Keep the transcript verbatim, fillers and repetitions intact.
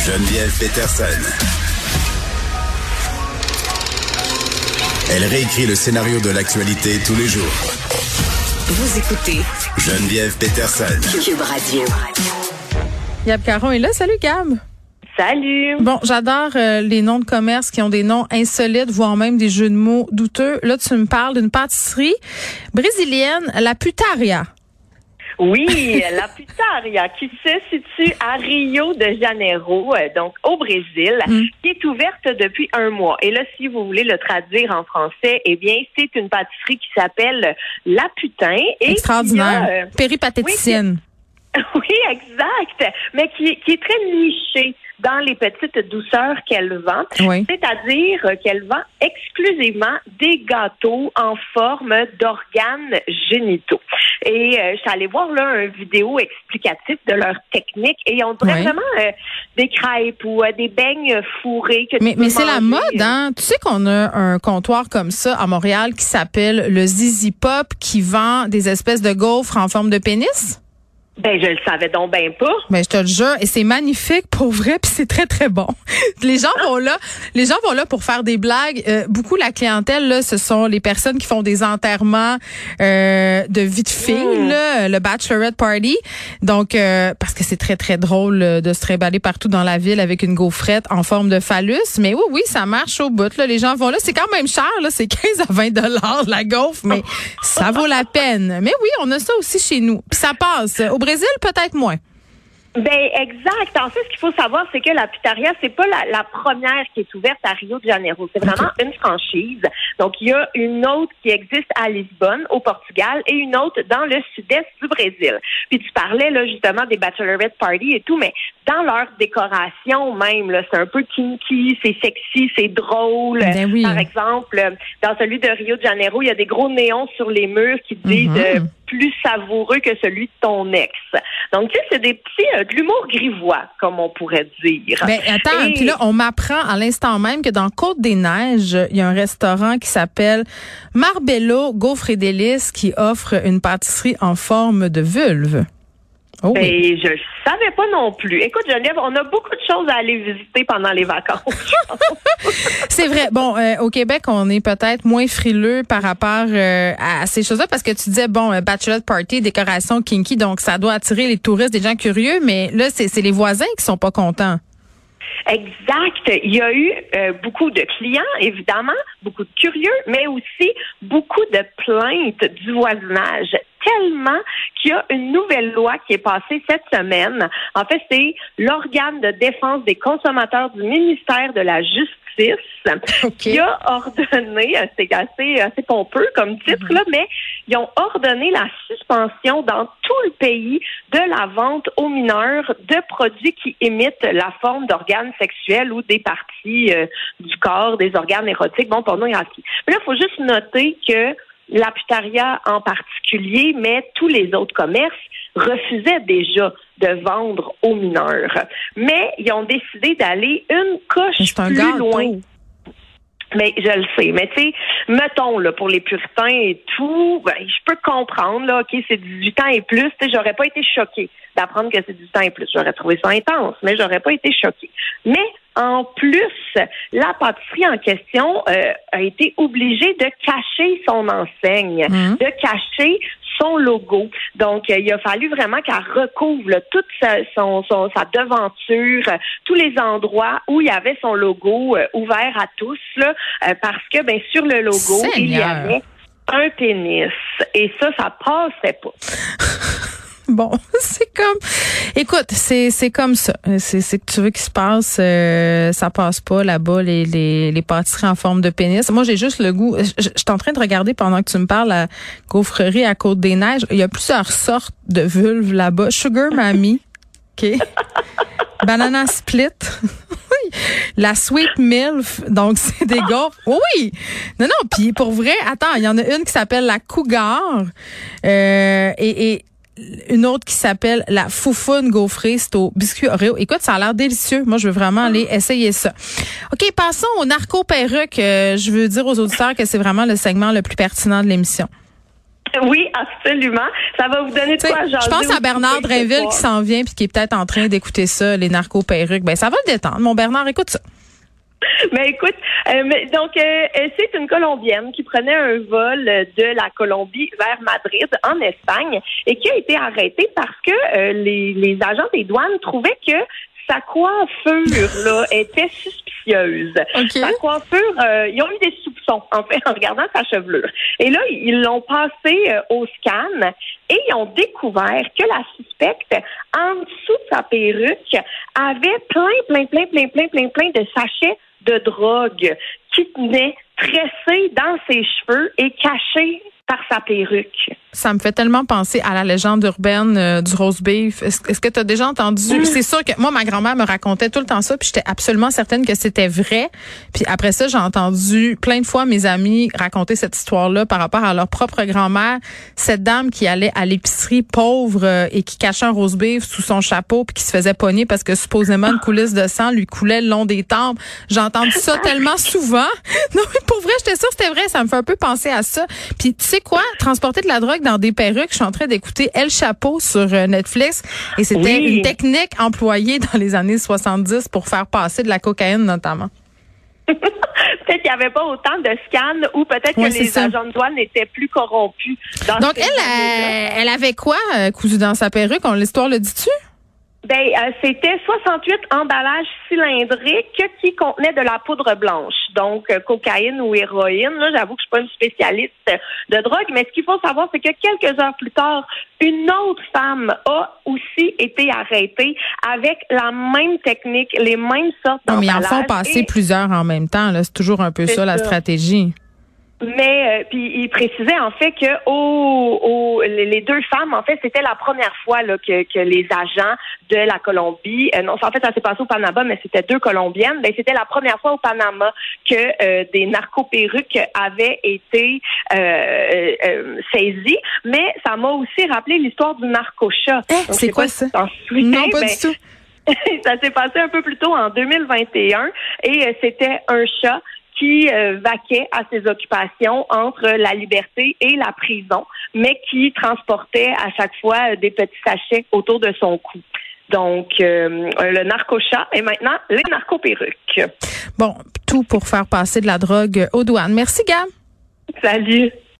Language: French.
Geneviève Peterson. Elle réécrit le scénario de l'actualité tous les jours. Vous écoutez Geneviève Peterson. Cube Radio. Gab Caron est là. Salut Gab. Salut. Bon, j'adore euh, les noms de commerce qui ont des noms insolites, voire même des jeux de mots douteux. Là, tu me parles d'une pâtisserie brésilienne, la Putaria. Oui, la Putaria, qui se situe à Rio de Janeiro, donc au Brésil, mm. qui est ouverte depuis un mois. Et là, si vous voulez le traduire en français, eh bien, c'est une pâtisserie qui s'appelle La Putain. Et extraordinaire. Qui a, euh, péripatéticienne. Oui, oui, exact. Mais qui, qui est très nichée dans les petites douceurs qu'elle vend. Oui. C'est-à-dire qu'elle vend exclusivement des gâteaux en forme d'organes génitaux. Et euh, je suis allée voir là un vidéo explicatif de leur technique et on dirait oui. vraiment euh, des crêpes ou euh, des beignes fourrés. Que mais tu mais peux c'est manger. La mode, hein? Tu sais qu'on a un comptoir comme ça à Montréal qui s'appelle le Zizi Pop qui vend des espèces de gaufres en forme de pénis? Ben, je le savais donc ben pas. Ben, je te le jure, et c'est magnifique pour vrai, puis c'est très très bon. Les gens vont là, les gens vont là pour faire des blagues. Euh, beaucoup la clientèle là, ce sont les personnes qui font des enterrements euh, de vie de fille, mmh. là, le bachelorette party. Donc, euh, parce que c'est très très drôle de se trimballer partout dans la ville avec une gaufrette en forme de phallus. Mais oui, oui, ça marche au bout. Là, les gens vont là, c'est quand même cher, là, c'est quinze à vingt dollars la gaufre, mais ça vaut la peine. Mais oui, on a ça aussi chez nous. Puis ça passe. Au Brésil, peut-être moins. Ben exact. En fait, ce qu'il faut savoir, c'est que la Putaria, c'est pas la, la première qui est ouverte à Rio de Janeiro. C'est vraiment okay. une franchise. Donc, il y a une autre qui existe à Lisbonne, au Portugal, et une autre dans le sud-est du Brésil. Puis tu parlais là justement des bachelorette party et tout, mais dans leur décoration même, là, c'est un peu kinky, c'est sexy, c'est drôle. Ben oui. Par exemple, dans celui de Rio de Janeiro, il y a des gros néons sur les murs qui disent mm-hmm. euh, plus savoureux que celui de ton ex. Donc, tu sais, c'est des petits, euh, de l'humour grivois, comme on pourrait dire. Ben, attends, et... puis là, on m'apprend à l'instant même que dans Côte-des-Neiges, il y a un restaurant qui s'appelle Marbello Gaufres et Délices qui offre une pâtisserie en forme de vulve. Oh ben, oui. Je ne savais pas non plus. Écoute, Geneviève, on a beaucoup de choses à aller visiter pendant les vacances. C'est vrai. Bon, euh, au Québec, on est peut-être moins frileux par rapport euh, à ces choses-là parce que tu disais, bon, euh, bachelor party, décoration kinky, donc ça doit attirer les touristes, des gens curieux, mais là, c'est, c'est les voisins qui sont pas contents. Exact. Il y a eu euh, beaucoup de clients, évidemment, beaucoup de curieux, mais aussi beaucoup de plaintes du voisinage. Tellement qu'il y a une nouvelle loi qui est passée cette semaine. En fait, c'est l'organe de défense des consommateurs du ministère de la Justice okay. qui a ordonné, c'est assez, assez pompeux comme titre, mm-hmm. là, mais ils ont ordonné la suspension dans tout le pays de la vente aux mineurs de produits qui imitent la forme d'organes sexuels ou des parties euh, du corps, des organes érotiques, bon, pornographique. Mais là, il faut juste noter que la Putaria en particulier, mais tous les autres commerces refusaient déjà de vendre aux mineurs. Mais ils ont décidé d'aller une coche plus gâteau. loin. Mais je le sais. Mais tu sais, mettons là pour les puritains et tout, ben, je peux comprendre là. Ok, c'est dix-huit ans et plus. Tu sais, j'aurais pas été choquée d'apprendre que c'est dix-huit ans et plus. J'aurais trouvé ça intense, mais j'aurais pas été choquée. Mais en plus, la pâtisserie en question euh, a été obligée de cacher son enseigne, mmh. de cacher son logo. Donc, euh, il a fallu vraiment qu'elle recouvre là, toute sa, son, son, sa devanture, euh, tous les endroits où il y avait son logo euh, ouvert à tous, là, euh, parce que ben sur le logo, Seigneur. il y avait un pénis. Et ça, ça passait pas. Bon, c'est comme, écoute, c'est c'est comme ça. C'est c'est que tu veux qu'il se passe, euh, ça passe pas là-bas les les les pâtisseries en forme de pénis. Moi, j'ai juste le goût. Je, je, je suis en train de regarder pendant que tu me parles la gaufrerie à Côte-des-Neiges. Il y a plusieurs sortes de vulves là-bas. Sugar Mammy, ok. Banana Split. La Sweet Milf, donc c'est des gaufres. Oui! Non, non, puis pour vrai, attends, il y en a une qui s'appelle la Cougar euh, et, et une autre qui s'appelle la Foufoune gaufrée, c'est au biscuit Oreo. Écoute, ça a l'air délicieux. Moi, je veux vraiment aller essayer ça. OK, passons au narco-perruque. Euh, je veux dire aux auditeurs que c'est vraiment le segment le plus pertinent de l'émission. Oui, absolument. Ça va vous donner de quoi jaser. Je pense à Bernard Drinville qui s'en vient puis qui est peut-être en train d'écouter ça, les narco-perruques. Ben, ça va le détendre. Mon Bernard, écoute ça. Mais écoute, euh, mais donc euh, c'est une Colombienne qui prenait un vol de la Colombie vers Madrid en Espagne et qui a été arrêtée parce que euh, les, les agents des douanes trouvaient que sa coiffure là était suspicieuse. Okay. Sa coiffure, euh, ils ont eu des soupçons en fait en regardant sa chevelure. Et là, ils l'ont passé euh, au scan et ils ont découvert que la suspecte, en dessous de sa perruque, avait plein, plein, plein, plein, plein, plein, plein de sachets de drogue qui tenaient tressés dans ses cheveux et cachés par sa perruque. Ça me fait tellement penser à la légende urbaine euh, du roast beef. Est-ce, est-ce que tu as déjà entendu? Mmh. C'est sûr que moi, ma grand-mère me racontait tout le temps ça, puis j'étais absolument certaine que c'était vrai. Puis après ça, j'ai entendu plein de fois mes amis raconter cette histoire-là par rapport à leur propre grand-mère. Cette dame qui allait à l'épicerie pauvre euh, et qui cachait un roast beef sous son chapeau puis qui se faisait pogner parce que supposément une coulisse de sang lui coulait le long des tempes. J'ai entendu ça tellement souvent. Non, mais pour vrai, j'étais sûre que c'était vrai. Ça me fait un peu penser à ça. Puis tu sais quoi? Transporter de la drogue dans des perruques. Je suis en train d'écouter El Chapo sur Netflix et c'était oui. une technique employée dans les années soixante-dix pour faire passer de la cocaïne notamment. Peut-être qu'il n'y avait pas autant de scans ou peut-être oui, que les ça. agents de douane étaient plus corrompus. Dans Donc elle, euh, elle avait quoi euh, cousu dans sa perruque? On, l'histoire le dit-tu? Ben, euh, c'était soixante-huit emballages cylindriques qui contenaient de la poudre blanche, donc euh, cocaïne ou héroïne. Là, j'avoue que je suis pas une spécialiste de drogue, mais ce qu'il faut savoir, c'est que quelques heures plus tard, une autre femme a aussi été arrêtée avec la même technique, les mêmes sortes non, d'emballages. Mais ils en font passer et plusieurs en même temps. Là, c'est toujours un peu ça, ça la stratégie. Mais euh, puis il précisait en fait que au, au, les deux femmes, en fait, c'était la première fois là, que, que les agents de la Colombie, euh, non, en fait, ça s'est passé au Panama, mais c'était deux Colombiennes. Ben c'était la première fois au Panama que euh, des narco-perruques avaient été euh, euh, saisies. Mais ça m'a aussi rappelé l'histoire du narco-chat. Eh, c'est quoi ça? Non, pas ben, du tout. Ça s'est passé un peu plus tôt en deux mille vingt et un et euh, c'était un chat qui euh, vaquait à ses occupations entre la liberté et la prison, mais qui transportait à chaque fois des petits sachets autour de son cou. Donc, euh, le narco-chat et maintenant les narco-perruques. Bon, tout pour faire passer de la drogue aux douanes. Merci, Gab. Salut.